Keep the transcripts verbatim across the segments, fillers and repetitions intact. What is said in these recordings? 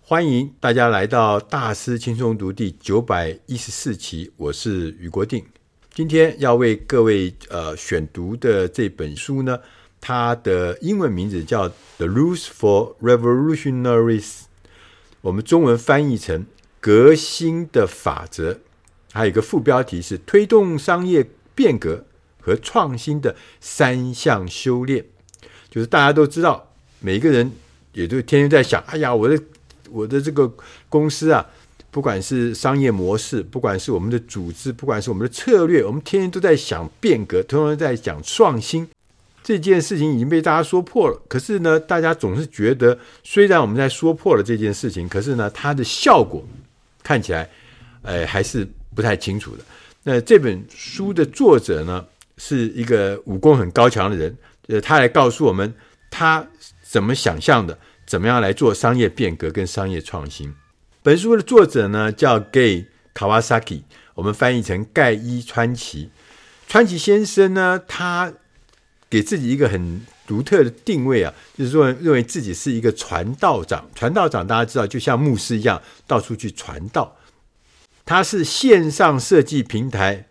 欢迎大家来到大师轻松读第九百一十四期，我是余国定。今天要为各位呃选读的这本书呢，它的英文名字叫 The Rules for Revolutionaries， 我们中文翻译成革新的法则，还有一个副标题是推动商业变革和创新的三项修炼。就是大家都知道，每个人也都天天在想，哎呀，我的我的这个公司啊，不管是商业模式，不管是我们的组织，不管是我们的策略，我们天天都在想变革，通常在讲创新。这件事情已经被大家说破了，可是呢，大家总是觉得，虽然我们在说破了这件事情，可是呢，它的效果看起来，呃，还是不太清楚的。那这本书的作者呢，是一个武功很高强的人，呃，他来告诉我们他怎么想象的，怎么样来做商业变革跟商业创新。本书的作者呢叫 Guy Kawasaki， 我们翻译成盖伊川崎。川崎先生呢，他给自己一个很独特的定位啊，就是说认为自己是一个传道长。传道长大家知道，就像牧师一样，到处去传道。他是线上设计平台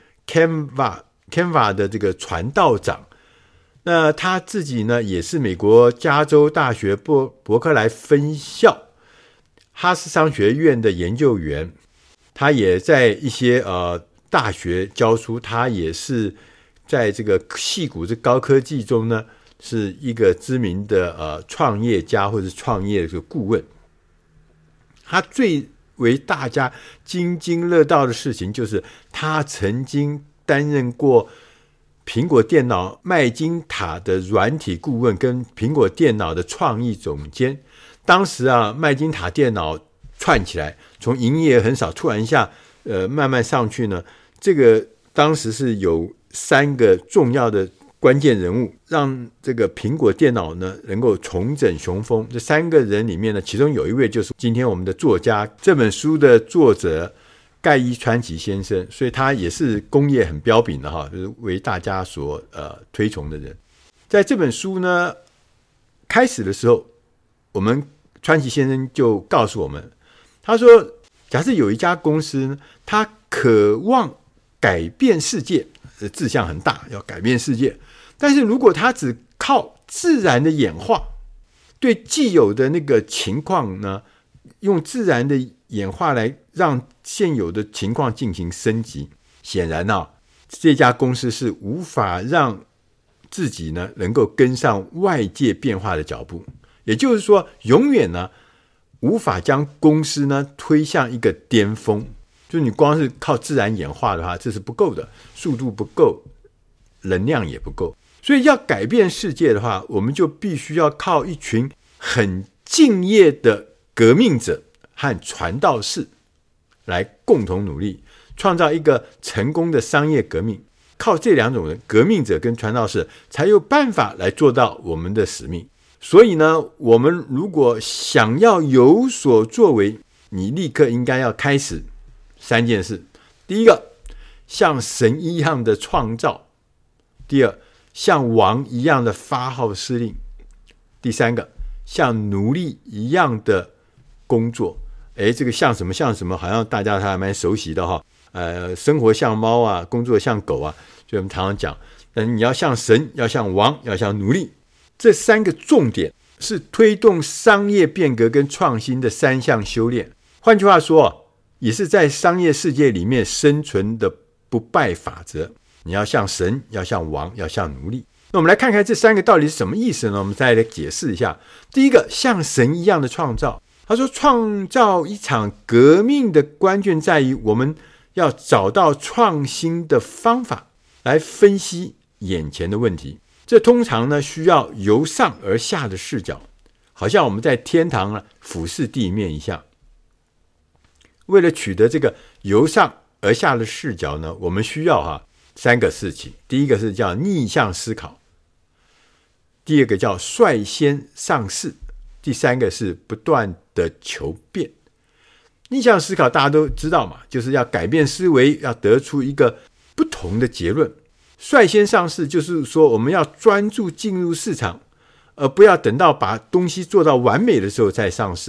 Canva Canva 的这个传道长。那他自己呢，也是美国加州大学伯伯克莱分校哈斯商学院的研究员，他也在一些呃大学教书，他也是在这个矽谷这高科技中呢，是一个知名的呃创业家或者创业的顾问。他最为大家津津乐道的事情，就是他曾经担任过苹果电脑麦金塔的软体顾问跟苹果电脑的创意总监。当时啊，麦金塔电脑串起来，从营业很少，突然一下呃慢慢上去呢，这个当时是有三个重要的关键人物，让这个苹果电脑呢能够重整雄风。这三个人里面呢，其中有一位就是今天我们的作家，这本书的作者盖伊川崎先生，所以他也是工业很彪炳的哈，就是为大家所呃推崇的人。在这本书呢开始的时候，我们川崎先生就告诉我们，他说，假设有一家公司呢，他渴望改变世界，志向很大，要改变世界，但是如果他只靠自然的演化，对既有的那个情况呢，用自然的演化来让现有的情况进行升级，显然啊，这家公司是无法让自己呢能够跟上外界变化的脚步，也就是说，永远呢无法将公司呢推向一个巅峰。就是你光是靠自然演化的话，这是不够的，速度不够，能量也不够。所以要改变世界的话，我们就必须要靠一群很敬业的革命者和传道士来共同努力，创造一个成功的商业革命。靠这两种人，革命者跟传道士，才有办法来做到我们的使命。所以呢，我们如果想要有所作为，你立刻应该要开始三件事。第一个，像神一样的创造；第二，像王一样的发号施令；第三个，像奴隶一样的工作。诶，这个像什么像什么，好像大家还蛮熟悉的哈。呃，生活像猫啊，工作像狗啊，所以我们常常讲，但你要像神，要像王，要像奴隶。这三个重点是推动商业变革跟创新的三项修炼。换句话说，也是在商业世界里面生存的不败法则。你要像神，要像王，要像奴隶。那我们来看看这三个到底是什么意思呢？我们再来解释一下。第一个，像神一样的创造。他说，创造一场革命的关键在于我们要找到创新的方法来分析眼前的问题。这通常呢需要由上而下的视角，好像我们在天堂呢俯视地面一样。为了取得这个由上而下的视角呢，我们需要哈三个事情。第一个是叫逆向思考，第二个叫率先上市，第三个是不断的求变。逆向思考大家都知道嘛，就是要改变思维，要得出一个不同的结论。率先上市就是说，我们要专注进入市场，而不要等到把东西做到完美的时候再上市。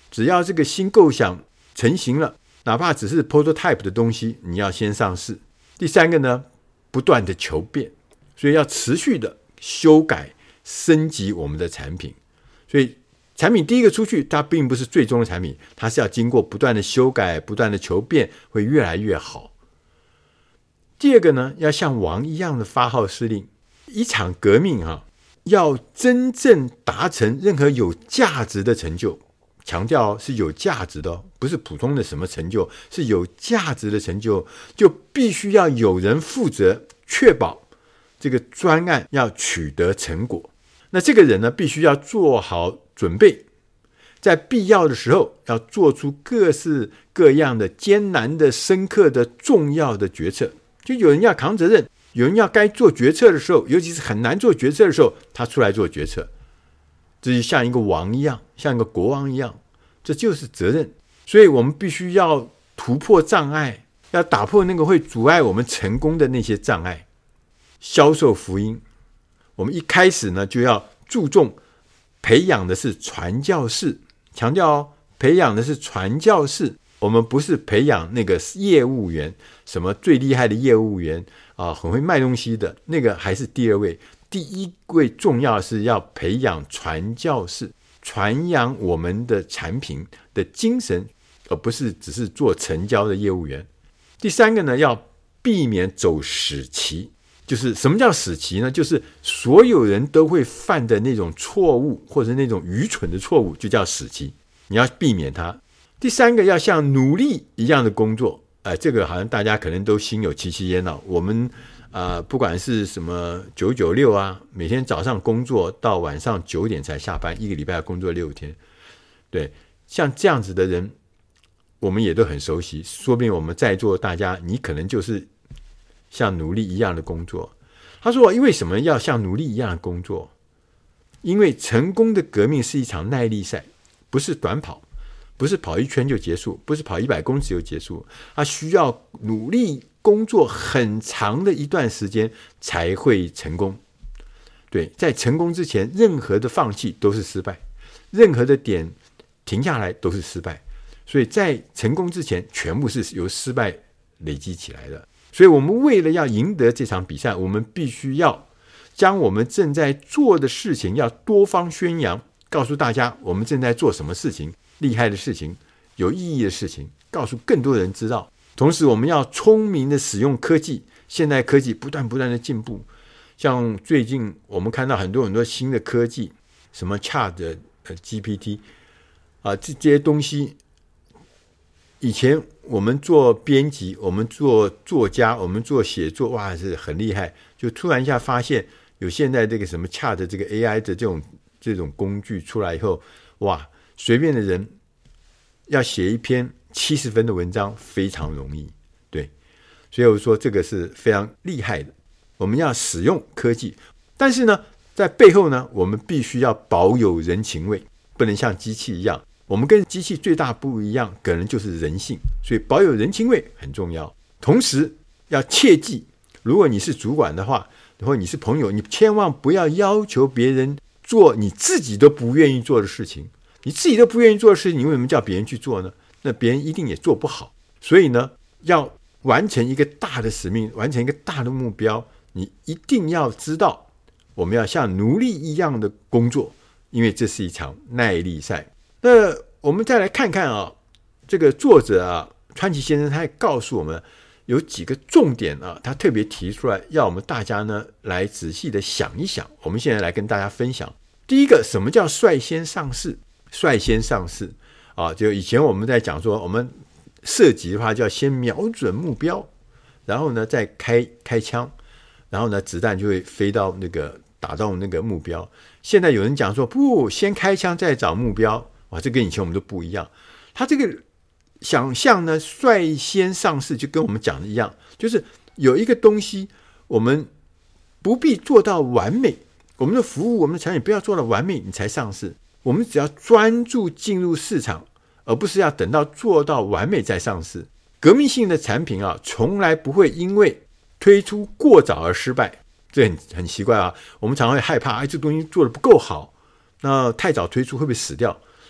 只要这个新构想成型了，哪怕只是 prototype 的东西，你要先上市。第三个呢，不断的求变，所以要持续的修改升级我们的产品。所以产品第一个出去，它并不是最终的产品，它是要经过不断的修改，不断的求变，会越来越好。第二个呢，要像王一样的发号施令。一场革命啊，要真正达成任何有价值的成就，强调是有价值的，不是普通的什么成就，是有价值的成就，就必须要有人负责确保这个专案要取得成果。那这个人呢，必须要做好准备，在必要的时候要做出各式各样的艰难的、深刻的、重要的决策。就有人要扛责任，有人要该做决策的时候，尤其是很难做决策的时候，他出来做决策。这就像一个王一样，像一个国王一样，这就是责任。所以我们必须要突破障碍，要打破那个会阻碍我们成功的那些障碍。销售福音，我们一开始呢就要注重培养的是传教士，强调哦，培养的是传教士，我们不是培养那个业务员，什么最厉害的业务员啊，很会卖东西的那个还是第二位。第一位重要的是要培养传教士，传扬我们的产品的精神，而不是只是做成交的业务员。第三个呢，要避免走死棋。就是什么叫死棋呢？就是所有人都会犯的那种错误，或者那种愚蠢的错误，就叫死棋，你要避免它。第三个，要像奴隶一样的工作，呃、这个好像大家可能都心有戚戚焉了。我们呃，不管是什么九九六啊，每天早上工作到晚上九点才下班，一个礼拜要工作六天，对，像这样子的人，我们也都很熟悉。说不定我们在座大家，你可能就是像奴隶一样的工作。他说，因为什么要像奴隶一样的工作？因为成功的革命是一场耐力赛，不是短跑，不是跑一圈就结束，不是跑一百公尺就结束，他需要努力工作很长的一段时间才会成功。对，在成功之前，任何的放弃都是失败，任何的点停下来都是失败。所以在成功之前，全部是由失败累积起来的。所以我们为了要赢得这场比赛，我们必须要将我们正在做的事情要多方宣扬，告诉大家我们正在做什么事情，厉害的事情，有意义的事情，告诉更多人知道。同时我们要聪明的使用科技，现代科技不断不断的进步，像最近我们看到很多很多新的科技，什么 Chat G P T 啊，这这些东西，以前我们做编辑，我们做作家，我们做写作，哇，是很厉害。就突然一下发现，有现在这个什么 Chat 这个 A I 的这种这种工具出来以后，哇，随便的人要写一篇七十分的文章非常容易。对，所以我说这个是非常厉害的。我们要使用科技，但是呢，在背后呢，我们必须要保有人情味，不能像机器一样。我们跟机器最大不一样，可能就是人性，所以保有人情味很重要。同时要切记，如果你是主管的话，或者你是朋友，你千万不要要求别人做你自己都不愿意做的事情。你自己都不愿意做的事情，你为什么叫别人去做呢？那别人一定也做不好。所以呢，要完成一个大的使命，完成一个大的目标，你一定要知道，我们要像奴隶一样的工作，因为这是一场耐力赛。那我们再来看看啊，这个作者啊，川崎先生，他也告诉我们有几个重点啊，他特别提出来，要我们大家呢来仔细的想一想。我们现在来跟大家分享。第一个，什么叫率先上市？率先上市啊，就以前我们在讲说，我们射击的话，就要先瞄准目标，然后呢再开开枪，然后呢子弹就会飞到那个打到那个目标。现在有人讲说，不，先开枪再找目标。哇，这跟以前我们都不一样。他这个想象呢，率先上市就跟我们讲的一样，就是有一个东西，我们不必做到完美，我们的服务、我们的产品不要做到完美你才上市，我们只要专注进入市场，而不是要等到做到完美再上市。革命性的产品啊，从来不会因为推出过早而失败，这很很奇怪啊。我们常常会害怕，哎，这东西做得不够好，那太早推出会不会死掉？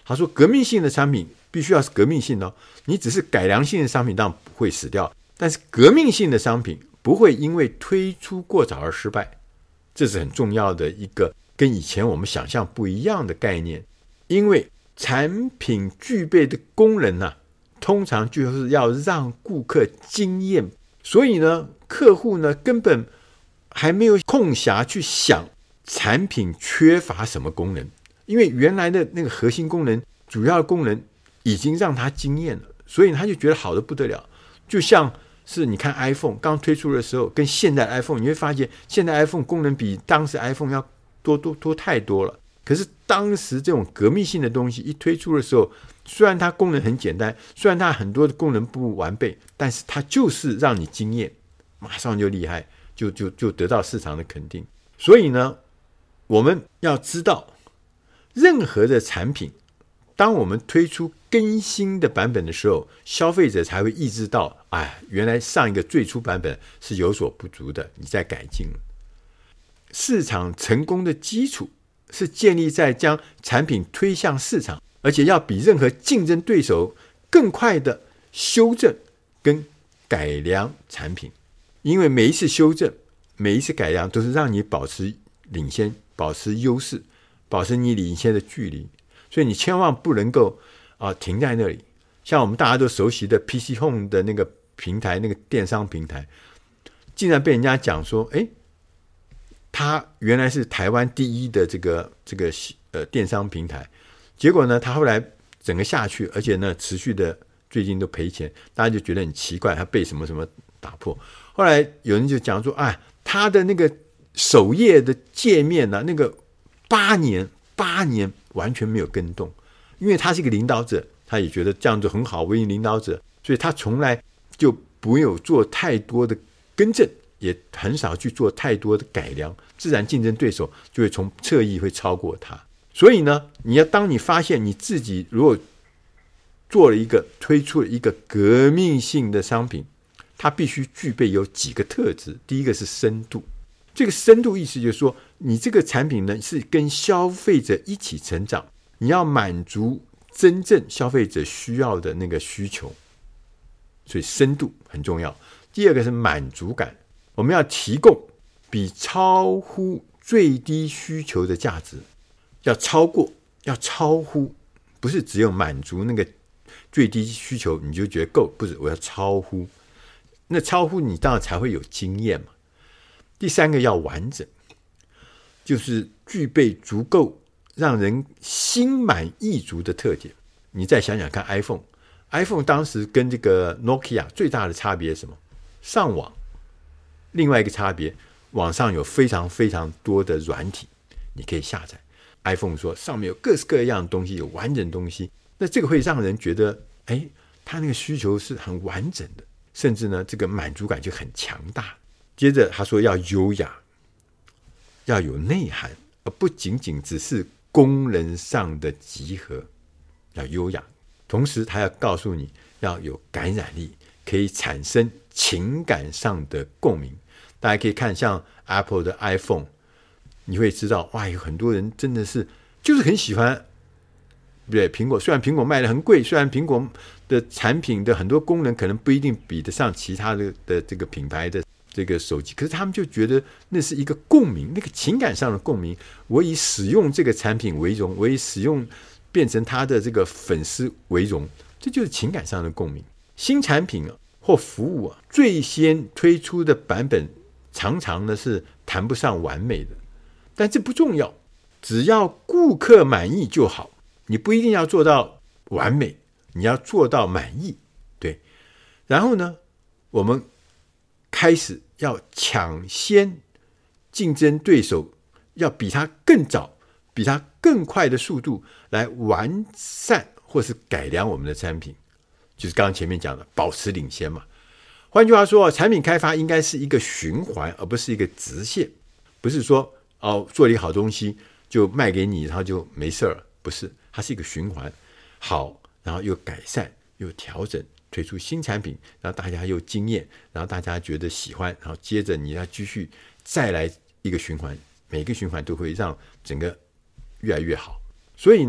他说革命性的产品必须要是革命性的哦，你只是改良性的商品当然不会死掉，但是革命性的商品不会因为推出过早而失败，这是很重要的一个跟以前我们想象不一样的概念。因为产品具备的功能啊，通常就是要让顾客惊艳，所以呢，客户呢根本还没有空暇去想产品缺乏什么功能，因为原来的那个核心功能、主要的功能已经让他惊艳了，所以他就觉得好的不得了。就像是你看 iPhone 刚推出的时候，跟现在 iPhone， 你会发现现在 iPhone 功能比当时 iPhone 要多多多太多了。可是当时这种革命性的东西一推出的时候，虽然它功能很简单，虽然它很多的功能不完备，但是它就是让你惊艳，马上就厉害，就就就得到市场的肯定。所以呢，我们要知道，任何的产品，当我们推出更新的版本的时候，消费者才会意识到，哎，原来上一个最初版本是有所不足的，你在改进。市场成功的基础是建立在将产品推向市场，而且要比任何竞争对手更快的修正跟改良产品。因为每一次修正、每一次改良都是让你保持领先、保持优势、保持你领先的距离，所以你千万不能够、呃、停在那里。像我们大家都熟悉的 P C Home 的那个平台，那个电商平台，竟然被人家讲说，哎，它原来是台湾第一的这个这个呃电商平台，结果呢，它后来整个下去，而且呢持续的最近都赔钱，大家就觉得很奇怪，它被什么什么打破。后来有人就讲说，啊，它的那个首页的界面呢、啊，那个八年八年完全没有跟动，因为他是一个领导者，他也觉得这样就很好，为领导者，所以他从来就没有做太多的更正，也很少去做太多的改良，自然竞争对手就会从侧翼会超过他。所以呢，你要当你发现你自己如果做了一个推出了一个革命性的商品，它必须具备有几个特质。第一个是深度，这个深度意思就是说，你这个产品呢是跟消费者一起成长，你要满足真正消费者需要的那个需求，所以深度很重要。第二个是满足感，我们要提供比超乎最低需求的价值，要超过，要超乎，不是只有满足那个最低需求你就觉得够，不是，我要超乎，那超乎你当然才会有经验嘛。第三个要完整，就是具备足够让人心满意足的特点。你再想想看 iPhone， iPhone 当时跟这个 Nokia 最大的差别是什么？上网。另外一个差别，网上有非常非常多的软体你可以下载。iPhone 说上面有各式各样的东西，有完整的东西，那这个会让人觉得，哎，他那个需求是很完整的，甚至呢，这个满足感就很强大。接着他说要优雅，要有内涵，而不仅仅只是功能上的集合，要优雅。同时他要告诉你要有感染力，可以产生情感上的共鸣。大家可以看像 Apple 的 iPhone， 你会知道，哇，有很多人真的是就是很喜欢，对苹果。虽然苹果卖得很贵，虽然苹果的产品的很多功能可能不一定比得上其他的的这个品牌的这个手机，可是他们就觉得那是一个共鸣，那个情感上的共鸣。我以使用这个产品为荣，我以使用变成他的这个粉丝为荣，这就是情感上的共鸣。新产品啊或服务啊，最先推出的版本常常呢是谈不上完美的，但这不重要，只要顾客满意就好。你不一定要做到完美，你要做到满意，对。然后呢，我们开始要抢先竞争对手，要比他更早、比他更快的速度来完善或是改良我们的产品，就是刚刚前面讲的保持领先嘛。换句话说，产品开发应该是一个循环，而不是一个直线。不是说哦，做了一个好东西就卖给你，然后就没事了，不是，它是一个循环。好，然后又改善，又调整，推出新产品，然后大家又惊艳，然后大家觉得喜欢，然后接着你要继续再来一个循环，每个循环都会让整个越来越好。所以呢，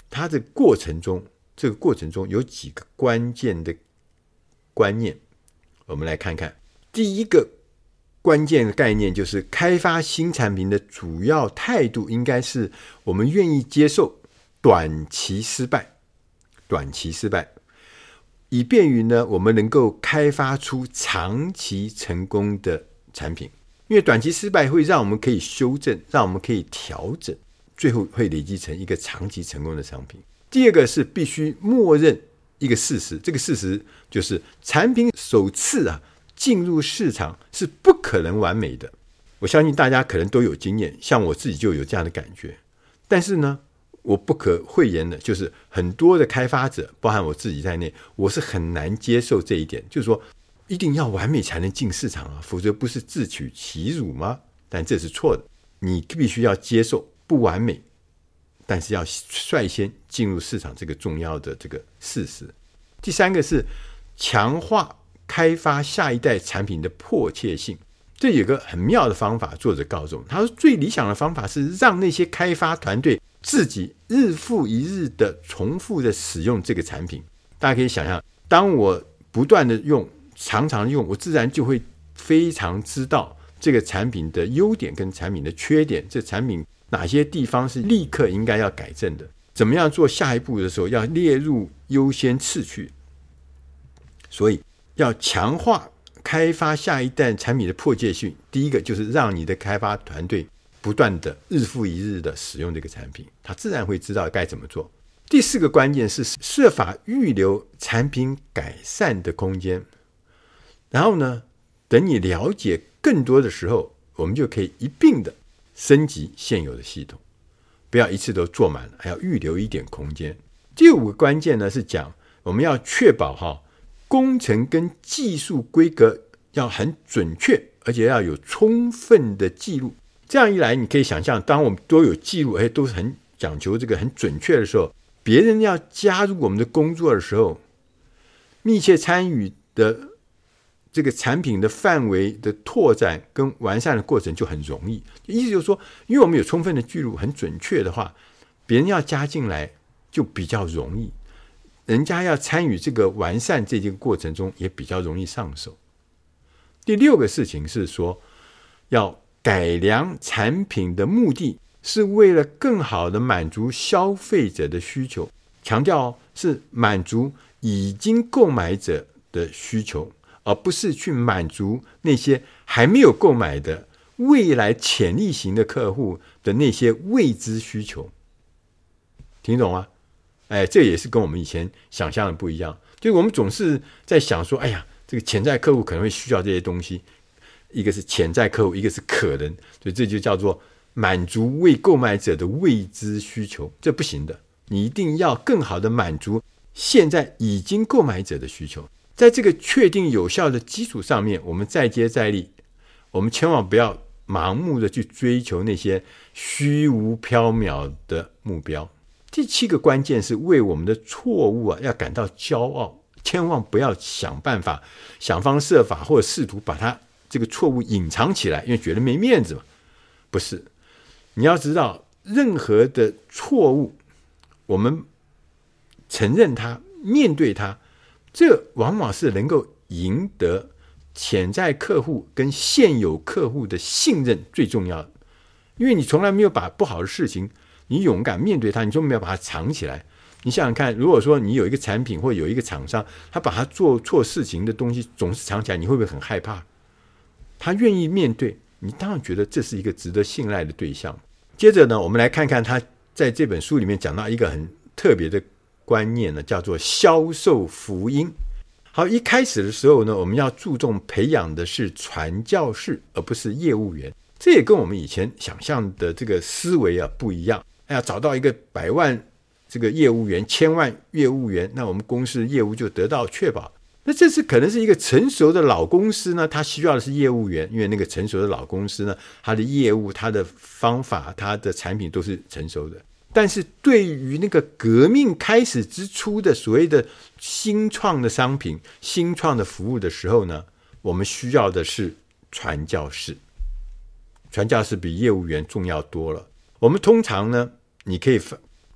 它的过程中，这个过程中有几个关键的观念，我们来看看。第一个关键的概念就是开发新产品的主要态度应该是我们愿意接受短期失败，短期失败，以便于呢我们能够开发出长期成功的产品。因为短期失败会让我们可以修正，让我们可以调整，最后会累积成一个长期成功的商品。第二个是必须默认一个事实，这个事实就是产品首次啊进入市场是不可能完美的。我相信大家可能都有经验，像我自己就有这样的感觉。但是呢，我不可讳言的就是很多的开发者，包含我自己在内，我是很难接受这一点，就是说一定要完美才能进市场啊，否则不是自取其辱吗？但这是错的，你必须要接受不完美，但是要率先进入市场这个重要的这个事实。第三个是强化开发下一代产品的迫切性。这有个很妙的方法，作者告诉我们，他说最理想的方法是让那些开发团队自己日复一日的重复的使用这个产品。大家可以想象，当我不断的用，常常用，我自然就会非常知道这个产品的优点跟产品的缺点，这产品哪些地方是立刻应该要改正的，怎么样做下一步的时候要列入优先次序。所以要强化开发下一代产品的迫切性，第一个就是让你的开发团队不断的日复一日的使用这个产品，他自然会知道该怎么做。第四个关键是设法预留产品改善的空间，然后呢，等你了解更多的时候，我们就可以一并的升级现有的系统，不要一次都做满了，还要预留一点空间。第五个关键呢是讲我们要确保哈工程跟技术规格要很准确，而且要有充分的记录。这样一来，你可以想象，当我们都有记录，而且都是很讲求这个很准确的时候，别人要加入我们的工作的时候，密切参与的这个产品的范围的拓展跟完善的过程就很容易。意思就是说，因为我们有充分的记录，很准确的话，别人要加进来就比较容易，人家要参与这个完善这个过程中也比较容易上手。第六个事情是说，要改良产品的目的是为了更好的满足消费者的需求，强调是满足已经购买者的需求，而不是去满足那些还没有购买的未来潜力型的客户的那些未知需求。听懂吗？哎，这也是跟我们以前想象的不一样，就是我们总是在想说，哎呀，这个潜在客户可能会需要这些东西，一个是潜在客户，一个是可能，所以这就叫做满足未购买者的未知需求，这不行的，你一定要更好的满足现在已经购买者的需求。在这个确定有效的基础上面，我们再接再厉，我们千万不要盲目的去追求那些虚无缥缈的目标。第七个关键是为我们的错误啊要感到骄傲，千万不要想办法想方设法或者试图把它这个错误隐藏起来，因为觉得没面子嘛。不是，你要知道任何的错误我们承认它，面对它，这往往是能够赢得潜在客户跟现有客户的信任最重要的。因为你从来没有把不好的事情你勇敢面对它，你就没有把它藏起来。你想想看，如果说你有一个产品或有一个厂商，他把他做错事情的东西总是藏起来，你会不会很害怕？他愿意面对，你当然觉得这是一个值得信赖的对象。接着呢，我们来看看他在这本书里面讲到一个很特别的观念呢，叫做销售福音。好，一开始的时候呢，我们要注重培养的是传教士，而不是业务员。这也跟我们以前想象的这个思维啊不一样。哎呀，找到一个百万这个业务员，千万业务员，那我们公司业务就得到确保。那这是可能是一个成熟的老公司呢，他需要的是业务员，因为那个成熟的老公司呢，他的业务、他的方法、他的产品都是成熟的。但是对于那个革命开始之初的所谓的新创的商品、新创的服务的时候呢，我们需要的是传教士。传教士比业务员重要多了。我们通常呢，你可以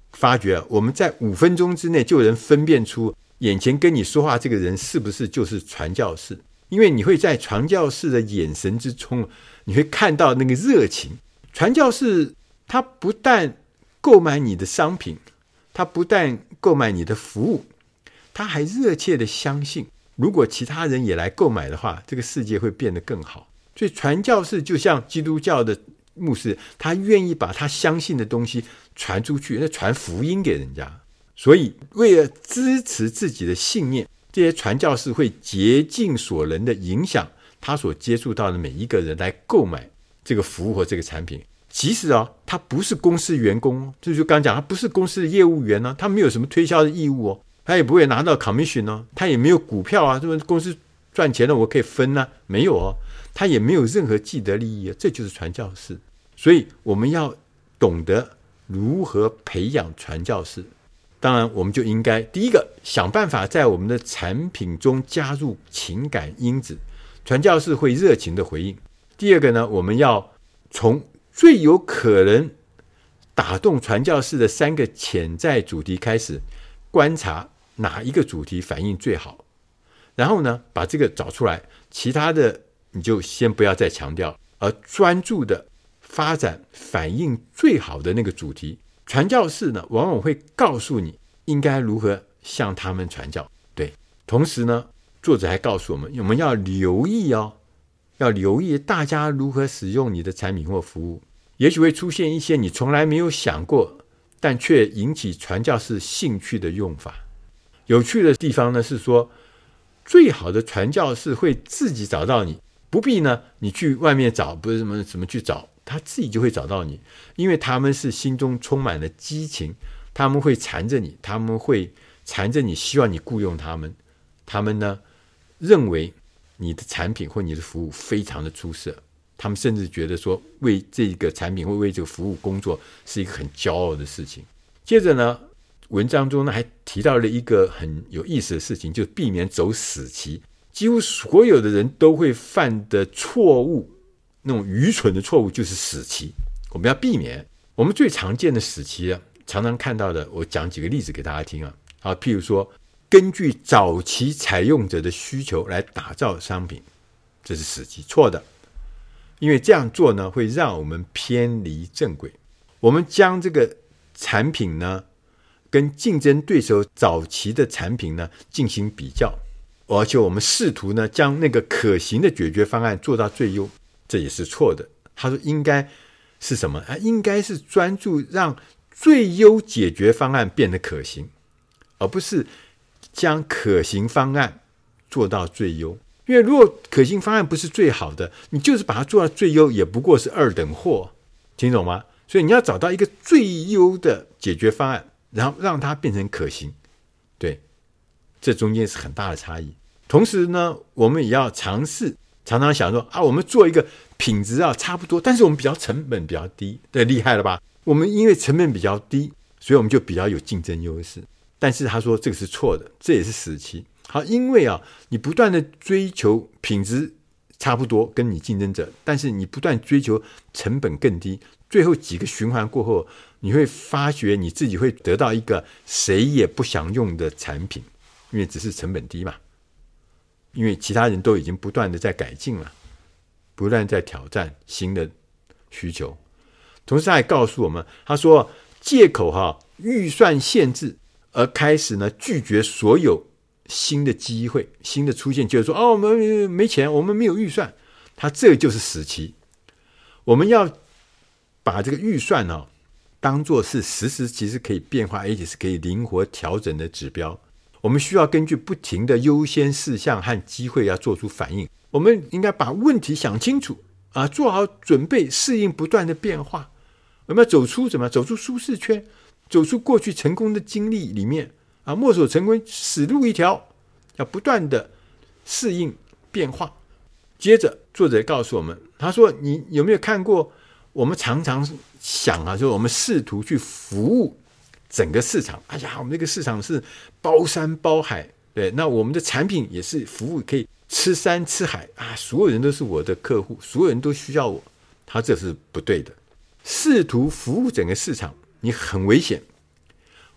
发觉我们在五分钟之内就能分辨出眼前跟你说话这个人是不是就是传教士，因为你会在传教士的眼神之中，你会看到那个热情。传教士他不但购买你的商品，他不但购买你的服务，他还热切的相信，如果其他人也来购买的话，这个世界会变得更好。所以传教士就像基督教的牧师，他愿意把他相信的东西传出去，那传福音给人家。所以为了支持自己的信念，这些传教士会竭尽所能的影响他所接触到的每一个人来购买这个服务或这个产品。即使啊，他不是公司员工，这就刚刚讲，他不是公司的业务员呢、啊，他没有什么推销的义务哦，他也不会拿到 commission 哦，他也没有股票啊，这个公司赚钱了我可以分啊，没有哦，他也没有任何既得利益啊，这就是传教士。所以我们要懂得如何培养传教士。当然我们就应该第一个想办法在我们的产品中加入情感因子，传教士会热情的回应。第二个呢，我们要从最有可能打动传教士的三个潜在主题开始观察哪一个主题反应最好，然后呢把这个找出来，其他的你就先不要再强调，而专注的发展反应最好的那个主题。传教士呢往往会告诉你应该如何向他们传教。对，同时呢作者还告诉我们，我们要留意哦，要留意大家如何使用你的产品或服务，也许会出现一些你从来没有想过但却引起传教士兴趣的用法。有趣的地方呢是说，最好的传教士会自己找到你，不必呢你去外面找，不是什么什么去找，他自己就会找到你，因为他们是心中充满了激情，他们会缠着你，他们会缠着你，希望你雇佣他们。他们呢认为你的产品或你的服务非常的出色，他们甚至觉得说为这个产品或为这个服务工作是一个很骄傲的事情。接着呢文章中呢还提到了一个很有意思的事情，就是避免走死棋。几乎所有的人都会犯的错误，那种愚蠢的错误就是死棋，我们要避免。我们最常见的死棋啊，常常看到的，我讲几个例子给大家听啊。好，譬如说根据早期采用者的需求来打造商品，这是死棋，错的。因为这样做呢会让我们偏离正轨。我们将这个产品呢跟竞争对手早期的产品呢进行比较，而且我们试图呢将那个可行的解决方案做到最优，这也是错的。他说应该是什么？应该是专注让最优解决方案变得可行，而不是将可行方案做到最优。因为如果可行方案不是最好的，你就是把它做到最优，也不过是二等货，听懂吗？所以你要找到一个最优的解决方案，然后让它变成可行。对，这中间是很大的差异。同时呢，我们也要尝试，常常想说啊，我们做一个品质啊差不多，但是我们比较成本比较低，对，厉害了吧？我们因为成本比较低，所以我们就比较有竞争优势。但是他说这个是错的，这也是死棋。好，因为啊，你不断的追求品质差不多跟你竞争者，但是你不断追求成本更低，最后几个循环过后，你会发觉你自己会得到一个谁也不想用的产品，因为只是成本低嘛。因为其他人都已经不断的在改进了，不断在挑战新的需求。同时他还告诉我们，他说借口哈预算限制而开始呢拒绝所有新的机会，新的出现，就是说哦我们没钱，我们没有预算，他这就是死棋。我们要把这个预算呢、哦、当作是时时其实可以变化，而且是可以灵活调整的指标。我们需要根据不停的优先事项和机会要做出反应。我们应该把问题想清楚啊，做好准备，适应不断的变化。我们要走出什么？走出舒适圈，走出过去成功的经历里面啊，墨守成规，死路一条，要不断的适应变化。接着作者告诉我们，他说你有没有看过，我们常常想啊，就是我们试图去服务整个市场，哎呀，我们这个市场是包山包海，对，那我们的产品也是服务可以吃山吃海啊，所有人都是我的客户，所有人都需要我。他这是不对的，试图服务整个市场，你很危险，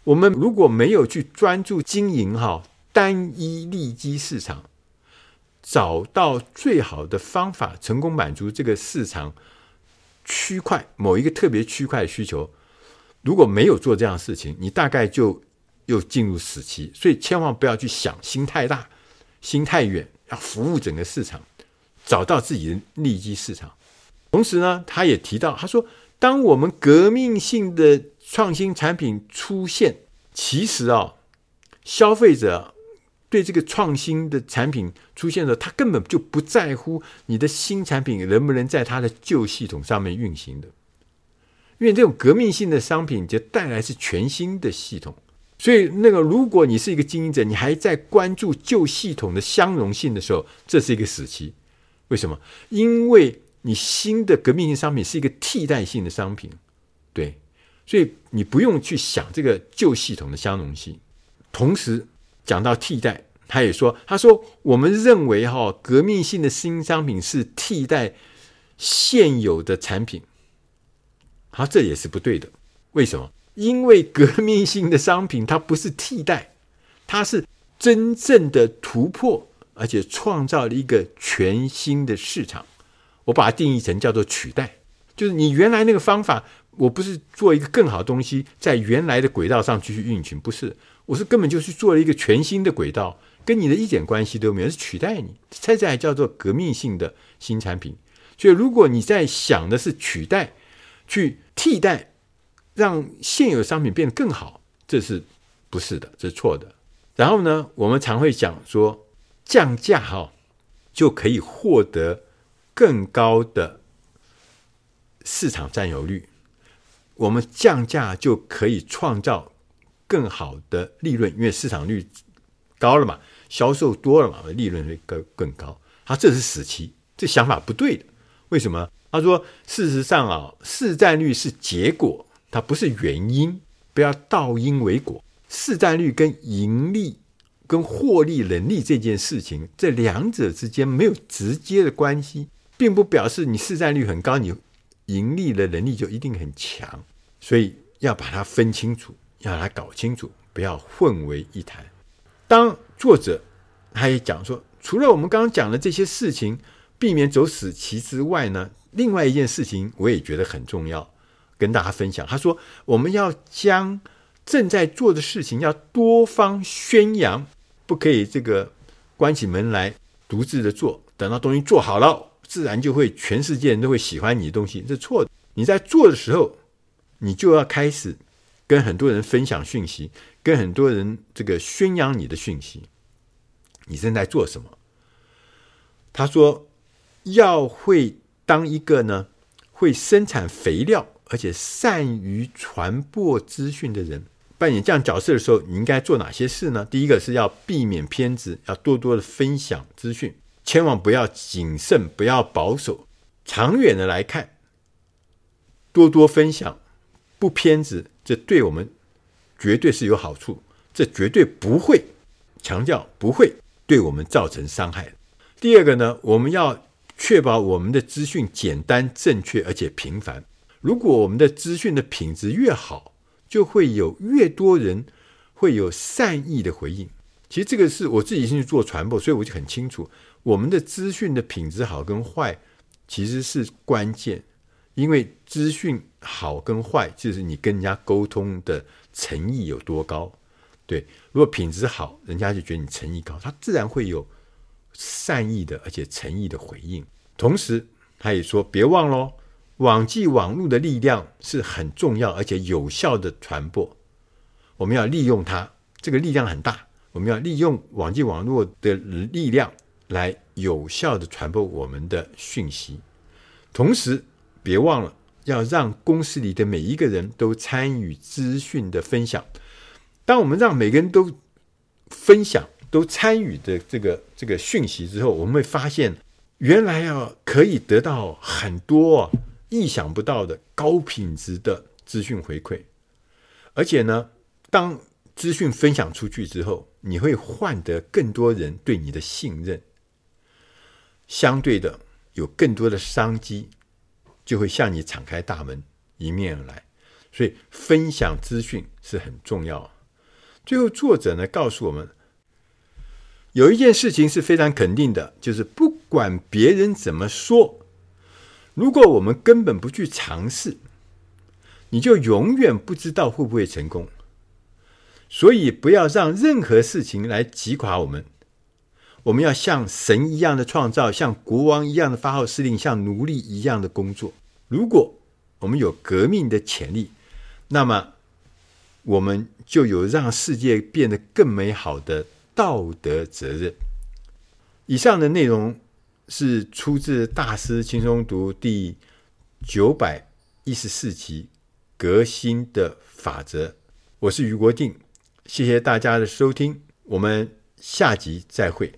我们如果没有去专注经营哈单一利基市场，找到最好的方法，成功满足这个市场区块某一个特别区块的需求，如果没有做这样的事情，你大概就又进入死期。所以千万不要去想心太大心太远，要服务整个市场，找到自己的利基市场。同时呢，他也提到，他说当我们革命性的创新产品出现，其实啊，消费者对这个创新的产品出现的时候，他根本就不在乎你的新产品能不能在他的旧系统上面运行的，因为这种革命性的商品就带来是全新的系统。所以那个如果你是一个经营者，你还在关注旧系统的相容性的时候，这是一个死期。为什么？因为你新的革命性商品是一个替代性的商品，对，所以你不用去想这个旧系统的相容性。同时讲到替代，他也说，他说我们认为哈、哦，革命性的新商品是替代现有的产品，好，这也是不对的。为什么？因为革命性的商品它不是替代，它是真正的突破，而且创造了一个全新的市场。我把它定义成叫做取代，就是你原来那个方法，我不是做一个更好的东西在原来的轨道上继续运行，不是，我是根本就去做了一个全新的轨道，跟你的一点关系都没有，是取代你，这才叫做革命性的新产品。所以如果你在想的是取代，去替代，让现有商品变得更好，这是不是的，这是错的。然后呢，我们常会讲说降价哈，就可以获得更高的市场占有率，我们降价就可以创造更好的利润，因为市场率高了嘛，销售多了嘛，利润会更更高。他这是死期，这想法不对的。为什么？他说事实上啊，市占率是结果，它不是原因，不要倒因为果。市占率跟盈利跟获利能力这件事情，这两者之间没有直接的关系，并不表示你市占率很高，你盈利的能力就一定很强。所以要把它分清楚，要把它搞清楚，不要混为一谈。当作者他也讲说，除了我们刚刚讲的这些事情避免走死期之外呢，另外一件事情我也觉得很重要，跟大家分享。他说我们要将正在做的事情要多方宣扬，不可以这个关起门来独自的做，等到东西做好了，自然就会全世界人都会喜欢你的东西，这是错的。你在做的时候，你就要开始跟很多人分享讯息，跟很多人这个宣扬你的讯息。你正在做什么？他说要会当一个呢会生产肥料而且善于传播资讯的人。扮演这样角色的时候，你应该做哪些事呢？第一个是要避免偏执，要多多的分享资讯，千万不要谨慎，不要保守。长远的来看，多多分享，不偏执，这对我们绝对是有好处，这绝对不会，强调不会对我们造成伤害。第二个呢，我们要确保我们的资讯简单、正确而且频繁。如果我们的资讯的品质越好，就会有越多人会有善意的回应。其实这个是我自己去做传播，所以我就很清楚，我们的资讯的品质好跟坏其实是关键。因为资讯好跟坏，就是你跟人家沟通的诚意有多高。对，如果品质好，人家就觉得你诚意高，他自然会有善意的而且诚意的回应。同时他也说，别忘了网际网络的力量是很重要而且有效的传播，我们要利用它，这个力量很大，我们要利用网际网络的力量来有效的传播我们的讯息。同时别忘了要让公司里的每一个人都参与资讯的分享。当我们让每个人都分享都参与的这个这个讯息之后，我们会发现原来啊可以得到很多、啊、意想不到的高品质的资讯回馈。而且呢，当资讯分享出去之后，你会换得更多人对你的信任，相对的有更多的商机就会向你敞开大门，迎面而来。所以分享资讯是很重要。 最后作者呢告诉我们，有一件事情是非常肯定的，就是不管别人怎么说，如果我们根本不去尝试，你就永远不知道会不会成功。所以不要让任何事情来击垮我们，我们要像神一样的创造，像国王一样的发号施令，像奴隶一样的工作。如果我们有革命的潜力，那么我们就有让世界变得更美好的道德责任。以上的内容是出自大师轻松读第九百一十四期革新的法则。我是余国定，谢谢大家的收听，我们下集再会。